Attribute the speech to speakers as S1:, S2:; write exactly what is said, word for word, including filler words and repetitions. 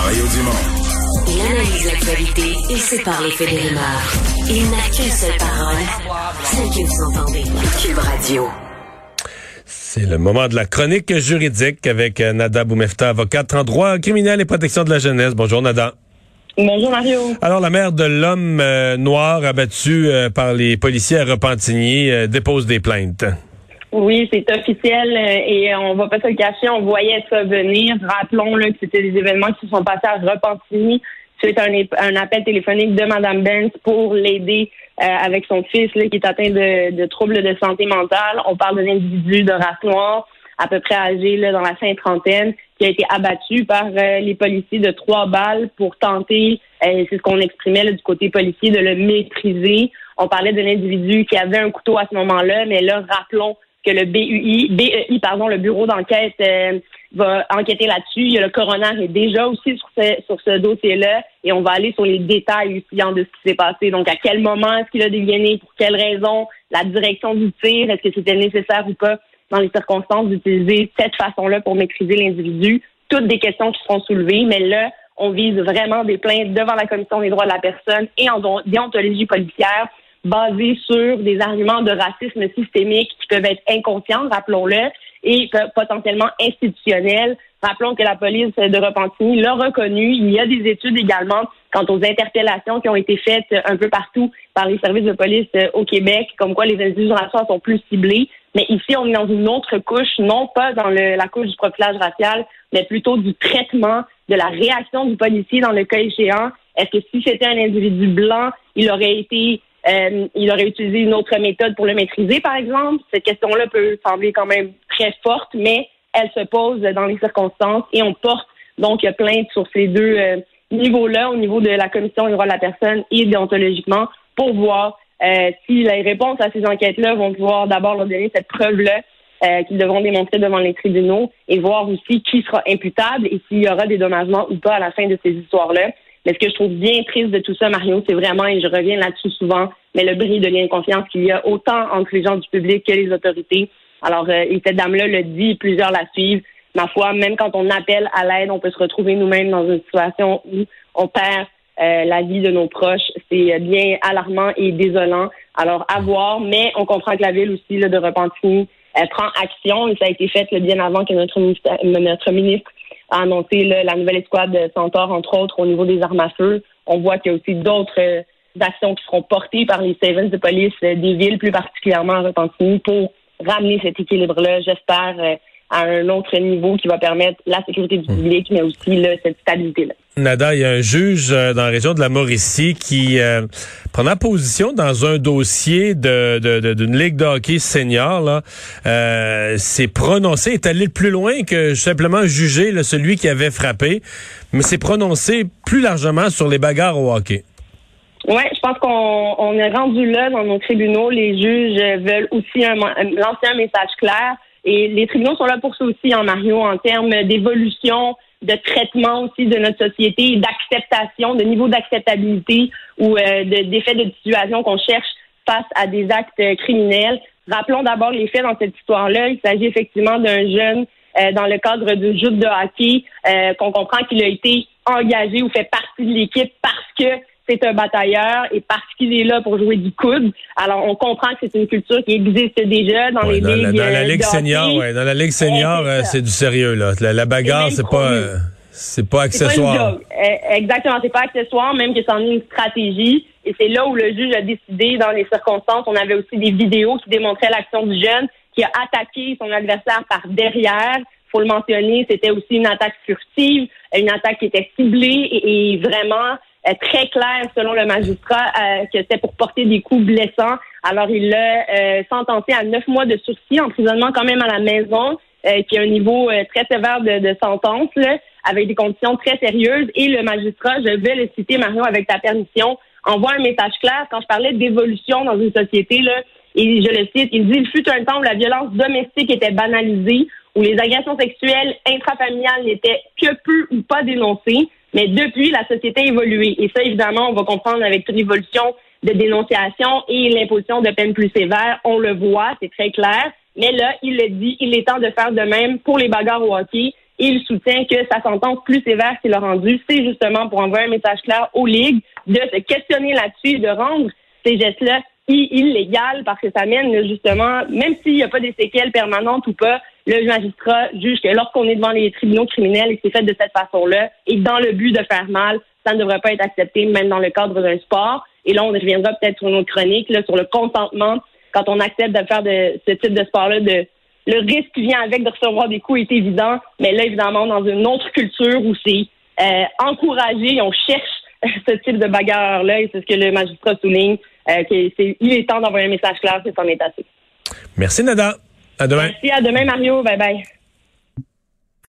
S1: Mario Dumont.
S2: Il analyse l'actualité et sépare les faits des rumeurs. Il n'a qu'une seule parole, celle que vous entendez. Cube Radio.
S3: C'est le moment de la chronique juridique avec Nada Boumefta, avocate en droit criminel et protection de la jeunesse. Bonjour Nada.
S4: Bonjour Mario.
S3: Alors, la mère de l'homme euh, noir abattu euh, par les policiers à Repentigny euh, dépose des plaintes.
S4: Oui, c'est officiel euh, et on va pas se le cacher, on voyait ça venir. Rappelons là, que c'était des événements qui se sont passés à Repentigny suite à un, un appel téléphonique de Mme Benz pour l'aider euh, avec son fils là, qui est atteint de, de troubles de santé mentale. On parle d'un individu de race noire, à peu près âgé là, dans la fin trentaine, qui a été abattu par euh, les policiers de trois balles pour tenter, euh, c'est ce qu'on exprimait là, du côté policier, de le maîtriser. On parlait d'un individu qui avait un couteau à ce moment-là, mais là, rappelons que le B U I, B E I, pardon, le bureau d'enquête euh, va enquêter là-dessus. Il y a le coroner est déjà aussi sur ce, sur ce dossier-là et on va aller sur les détails aussi de ce qui s'est passé. Donc, à quel moment est-ce qu'il a dégainé, pour quelles raisons, la direction du tir, est-ce que c'était nécessaire ou pas dans les circonstances d'utiliser cette façon-là pour maîtriser l'individu. Toutes des questions qui seront soulevées, mais là, on vise vraiment des plaintes devant la Commission des droits de la personne et en déontologie policière basées sur des arguments de racisme systémique qui peuvent être inconscients, rappelons-le, et potentiellement institutionnels. Rappelons que la police de Repentigny l'a reconnu. Il y a des études également quant aux interpellations qui ont été faites un peu partout par les services de police au Québec, comme quoi les individus raciaux sont plus ciblés. Mais ici, on est dans une autre couche, non pas dans le, la couche du profilage racial, mais plutôt du traitement, de la réaction du policier dans le cas échéant. Est-ce que si c'était un individu blanc, il aurait été, euh, il aurait utilisé une autre méthode pour le maîtriser, par exemple? Cette question-là peut sembler quand même très forte, mais elle se pose dans les circonstances et on porte donc plainte sur ces deux euh, niveaux-là, au niveau de la Commission des droits de la personne et déontologiquement, pour voir Euh, si les réponses à ces enquêtes-là vont pouvoir d'abord leur donner cette preuve-là euh, qu'ils devront démontrer devant les tribunaux et voir aussi qui sera imputable et s'il y aura des dommagements ou pas à la fin de ces histoires-là. Mais ce que je trouve bien triste de tout ça, Mario, c'est vraiment, et je reviens là-dessus souvent, mais le bris de lien de confiance qu'il y a autant entre les gens du public que les autorités. Alors, euh, et cette dame-là le dit, plusieurs la suivent. Ma foi, même quand on appelle à l'aide, on peut se retrouver nous-mêmes dans une situation où on perd Euh, la vie de nos proches. C'est bien alarmant et désolant. Alors, à voir, mais on comprend que la ville aussi là, de Repentigny elle prend action et ça a été fait là, bien avant que notre ministre, notre ministre a annoncé là, la nouvelle escouade de Centaure, entre autres, au niveau des armes à feu. On voit qu'il y a aussi d'autres euh, actions qui seront portées par les services de police euh, des villes, plus particulièrement à Repentigny, pour ramener cet équilibre-là, j'espère, euh, à un autre niveau qui va permettre la sécurité du public, mais aussi là, cette stabilité-là.
S3: Nada, il y a un juge euh, dans la région de la Mauricie qui euh, prenant position dans un dossier de, de, de d'une ligue de hockey senior, là, euh, s'est prononcé, est allé plus loin que simplement juger là, celui qui avait frappé, mais s'est prononcé plus largement sur les bagarres au hockey.
S4: Oui, je pense qu'on on est rendu là dans nos tribunaux. Les juges veulent aussi un, lancer un message clair. Et les tribunaux sont là pour ça aussi, en Mario, en termes d'évolution, de traitement aussi de notre société, d'acceptation, de niveau d'acceptabilité ou euh, de, d'effets de situation qu'on cherche face à des actes criminels. Rappelons d'abord les faits dans cette histoire-là. Il s'agit effectivement d'un jeune euh, dans le cadre du jeu de hockey euh, qu'on comprend qu'il a été engagé ou fait partie de l'équipe parce que c'est un batailleur et parce qu'il est là pour jouer du coude. Alors, on comprend que c'est une culture qui existe déjà dans
S3: ouais,
S4: les
S3: dans
S4: ligues.
S3: La, dans la
S4: euh,
S3: ligue senior, ouais, dans la ligue senior, euh, c'est, c'est du sérieux là. La, la bagarre, c'est, c'est pas, euh, c'est pas accessoire.
S4: C'est pas euh, exactement, c'est pas accessoire, même que c'en est une stratégie. Et c'est là où le juge a décidé, dans les circonstances, on avait aussi des vidéos qui démontraient l'action du jeune qui a attaqué son adversaire par derrière. Faut le mentionner, c'était aussi une attaque furtive, une attaque qui était ciblée et, et vraiment euh, très claire selon le magistrat euh, que c'était pour porter des coups blessants. Alors il l'a euh, sentencé à neuf mois de sursis, emprisonnement quand même à la maison, euh, qui est un niveau euh, très sévère de, de sentence, là, avec des conditions très sérieuses. Et le magistrat, je vais le citer, Marion, avec ta permission, envoie un message clair. Quand je parlais d'évolution dans une société, là, et je le cite, il dit « Il fut un temps où la violence domestique était banalisée, où les agressions sexuelles intrafamiliales n'étaient que peu ou pas dénoncées, mais depuis, la société a évolué. » Et ça, évidemment, on va comprendre avec toute l'évolution de dénonciation et l'imposition de peines plus sévères. On le voit, c'est très clair. Mais là, il le dit, il est temps de faire de même pour les bagarres au hockey. et il soutient que sa sentence plus sévère qu'il a rendue, c'est justement pour envoyer un message clair aux ligues de se questionner là-dessus et de rendre ces gestes-là illégal parce que ça mène justement, même s'il n'y a pas des séquelles permanentes ou pas, le magistrat juge que lorsqu'on est devant les tribunaux criminels et que c'est fait de cette façon-là et dans le but de faire mal, ça ne devrait pas être accepté même dans le cadre d'un sport. Et là, on reviendra peut-être sur une autre chronique là, sur le consentement quand on accepte de faire de ce type de sport-là. De, le risque qui vient avec de recevoir des coups est évident, mais là, évidemment, dans une autre culture où c'est euh, encouragé, on cherche ce type de bagarre-là et c'est ce que le magistrat souligne. Euh, que c'est, il est temps d'envoyer un message clair, c'est en est assez.
S3: Merci, Nada. À demain.
S4: Merci, à demain, Mario. Bye bye.